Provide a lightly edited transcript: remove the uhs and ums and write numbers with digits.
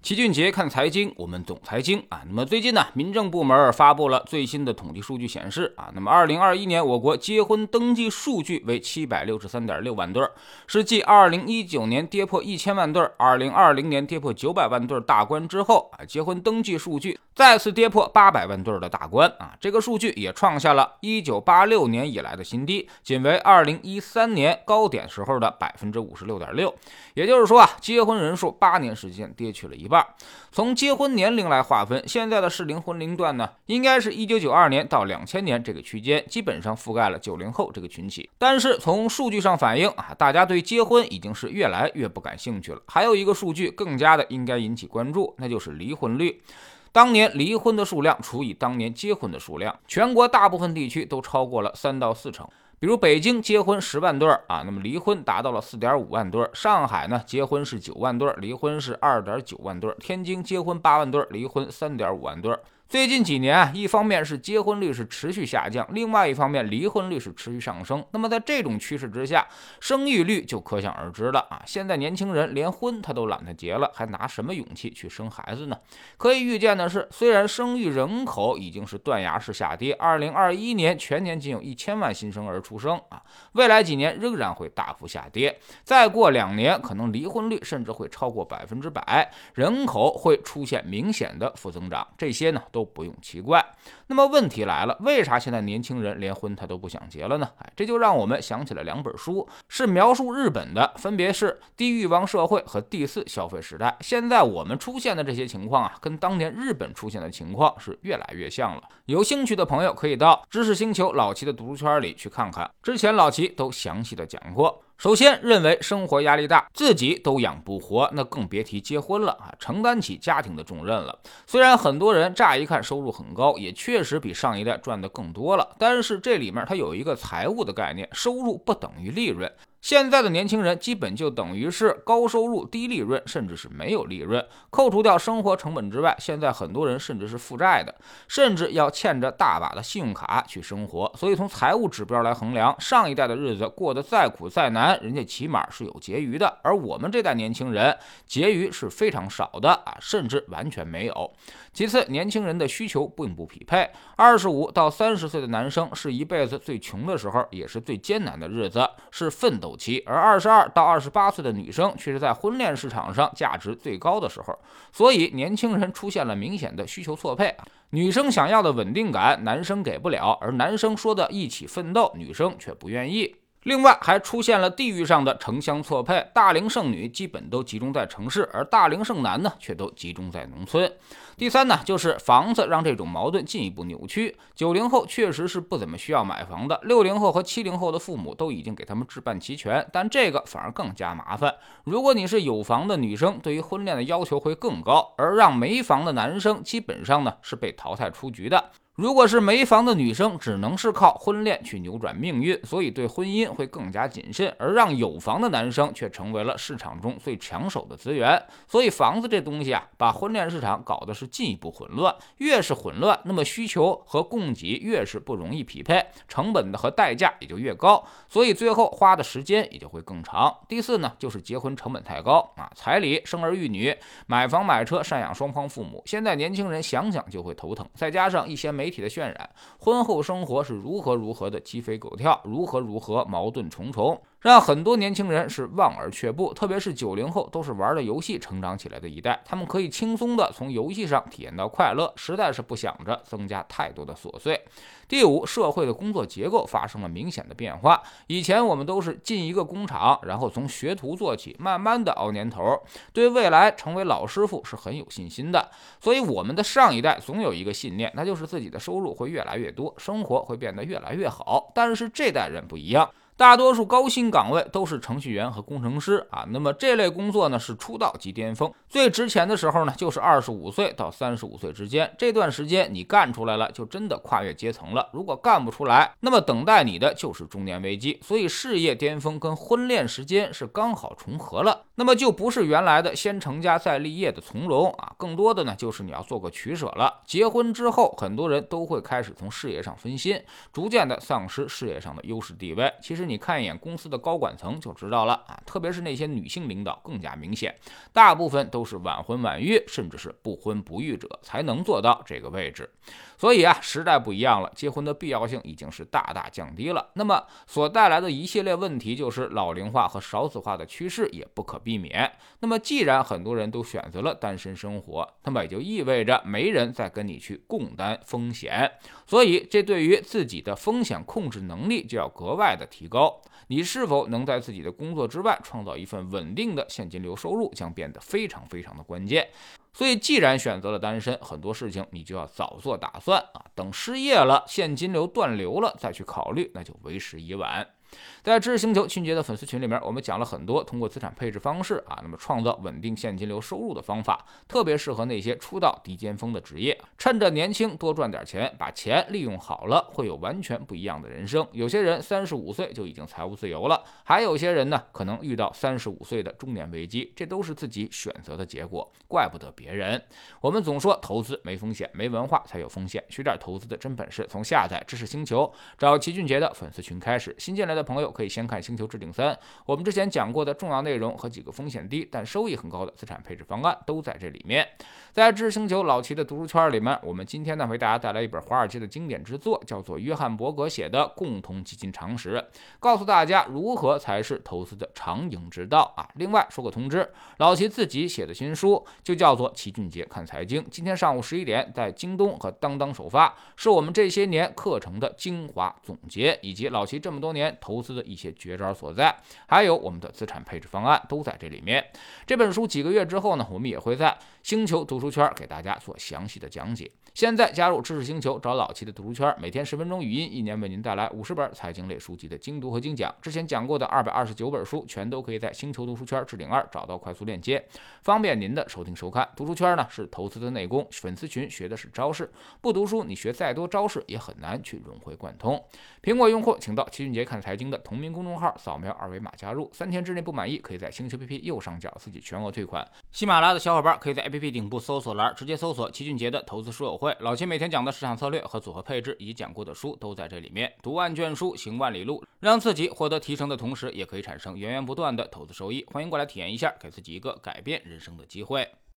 齐俊杰看财经，我们懂财经啊。那么最近呢，民政部门发布了最新的统计数据显示啊，那么2021年我国结婚登记数据为763.6万对，是继2019年跌破1000万对，2020年跌破900万对大关之后啊，结婚登记数据再次跌破800万对的大关啊。这个数据也创下了1986年以来的新低，仅为2013年高点时候的 56.6%。也就是说啊，结婚人数8年时间跌去了一半。从结婚年龄来划分，现在的适龄婚龄段呢，应该是1992年到2000年这个区间，基本上覆盖了90后这个群体。但是从数据上反映啊，大家对结婚已经是越来越不感兴趣了。还有一个数据更加的应该引起关注，那就是离婚率。当年离婚的数量除以当年结婚的数量，全国大部分地区都超过了3到4成。比如北京结婚10万对啊，那么离婚达到了4.5万对；上海呢结婚是9万对，离婚是2.9万对；天津结婚8万对，离婚3.5万对。最近几年啊，一方面是结婚率是持续下降，另外一方面离婚率是持续上升。那么在这种趋势之下，生育率就可想而知了啊！现在年轻人连婚他都懒得结了，还拿什么勇气去生孩子呢？可以预见的是，虽然生育人口已经是断崖式下跌，2021年全年仅有1000万新生儿出生啊，未来几年仍然会大幅下跌。再过2年，可能离婚率甚至会超过100%，人口会出现明显的负增长。这些呢都不用奇怪。那么问题来了，为啥现在年轻人连婚他都不想结了呢？这就让我们想起了2本书，是描述日本的，分别是《低欲望社会》和《第4消费时代》。现在我们出现的这些情况啊，跟当年日本出现的情况是越来越像了。有兴趣的朋友可以到知识星球老齐的读书圈里去看看，之前老齐都详细的讲过。首先认为生活压力大，自己都养不活，那更别提结婚了啊，承担起家庭的重任了。虽然很多人乍一看收入很高，也确实比上一代赚的更多了，但是这里面它有一个财务的概念，收入不等于利润。现在的年轻人基本就等于是高收入低利润，甚至是没有利润。扣除掉生活成本之外，现在很多人甚至是负债的，甚至要欠着大把的信用卡去生活。所以从财务指标来衡量，上一代的日子过得再苦再难，人家起码是有结余的，而我们这代年轻人结余是非常少的啊，甚至完全没有。其次，年轻人的需求并不匹配。25到30岁的男生是一辈子最穷的时候，也是最艰难的日子，是奋斗期；而22到28岁的女生却是在婚恋市场上价值最高的时候。所以年轻人出现了明显的需求错配，女生想要的稳定感，男生给不了，而男生说的一起奋斗，女生却不愿意。另外还出现了地域上的城乡错配，大龄剩女基本都集中在城市，而大龄剩男呢却都集中在农村。第三呢，就是房子让这种矛盾进一步扭曲。90后确实是不怎么需要买房的，60后和70后的父母都已经给他们置办齐全，但这个反而更加麻烦。如果你是有房的女生，对于婚恋的要求会更高，而让没房的男生基本上呢是被淘汰出局的。如果是没房的女生，只能是靠婚恋去扭转命运，所以对婚姻会更加谨慎，而让有房的男生却成为了市场中最抢手的资源。所以房子这东西啊，把婚恋市场搞的是进一步混乱，越是混乱，那么需求和供给越是不容易匹配，成本的和代价也就越高，所以最后花的时间也就会更长。第4呢，就是结婚成本太高啊，彩礼、生儿育女、买房买车、赡养双方父母，现在年轻人想想就会头疼，再加上一些媒体的渲染，婚后生活是如何的鸡飞狗跳，如何矛盾重重，让很多年轻人是望而却步。特别是90后，都是玩的游戏成长起来的一代，他们可以轻松的从游戏上体验到快乐，实在是不想着增加太多的琐碎。第5，社会的工作结构发生了明显的变化。以前我们都是进一个工厂，然后从学徒做起，慢慢的熬年头，对未来成为老师傅是很有信心的。所以我们的上一代总有一个信念，那就是自己的收入会越来越多，生活会变得越来越好。但是这代人不一样，大多数高薪岗位都是程序员和工程师啊，那么这类工作呢是出道即巅峰，最值钱的时候呢就是25岁到35岁之间，这段时间你干出来了，就真的跨越阶层了。如果干不出来，那么等待你的就是中年危机。所以事业巅峰跟婚恋时间是刚好重合了，那么就不是原来的先成家再立业的从容啊，更多的呢就是你要做个取舍了。结婚之后，很多人都会开始从事业上分心，逐渐的丧失事业上的优势地位。其实实你看一眼公司的高管层就知道了啊，特别是那些女性领导更加明显，大部分都是晚婚晚育，甚至是不婚不育者才能做到这个位置。所以啊，时代不一样了，结婚的必要性已经是大大降低了。那么所带来的一系列问题，就是老龄化和少子化的趋势也不可避免。那么既然很多人都选择了单身生活，那么也就意味着没人再跟你去共担风险，所以这对于自己的风险控制能力就要格外的提高。你是否能在自己的工作之外创造一份稳定的现金流收入，将变得非常非常的关键。所以既然选择了单身，很多事情你就要早做打算啊，等失业了，现金流断流了再去考虑，那就为时已晚。在知识星球俊杰的粉丝群里面，我们讲了很多通过资产配置方式啊，那么创造稳定现金流收入的方法，特别适合那些初到低尖峰的职业。趁着年轻多赚点钱，把钱利用好了，会有完全不一样的人生。有些人35岁就已经财务自由了，还有些人呢，可能遇到35岁的中年危机，这都是自己选择的结果，怪不得别人。我们总说投资没风险，没文化才有风险，学点投资的真本事，从下载知识星球找齐俊杰的粉丝群开始。新进来的朋友可以先看星球置顶3，我们之前讲过的重要内容和几个风险低但收益很高的资产配置方案都在这里面。在知识星球老齐的读书圈里面，我们今天呢为大家带来一本华尔街的经典之作，叫做约翰伯格写的《共同基金常识》，告诉大家如何才是投资的长赢之道啊。另外说个通知，老齐自己写的新书就叫做齐俊杰看财经，今天上午11点在京东和当当首发，是我们这些年课程的精华总结，以及老齐这么多年投资的一些绝招所在，还有我们的资产配置方案都在这里面。这本书几个月之后呢，我们也会在星球读书圈给大家做详细的讲解。现在加入知识星球，找老齐的读书圈，每天10分钟语音，一年为您带来50本财经类书籍的精读和精讲。之前讲过的229本书，全都可以在星球读书圈置顶2找到快速链接，方便您的收听收看。读书圈呢是投资的内功，粉丝群学的是招式，不读书你学再多招式也很难去融会贯通。苹果用户请到齐俊杰看财经的同名公众号，扫描二维码加入，3天之内不满意可以在星球 APP 右上角自己全额退款。喜马拉雅的小伙伴可以在 APP 顶部搜索栏直接搜索齐俊杰的投资书友会，老齐每天讲的市场策略和组合配置以及讲过的书都在这里面。读万卷书，行万里路，让自己获得提升的同时，也可以产生源源不断的投资收益。欢迎过来体验一下，给自己一个改变人生的机会。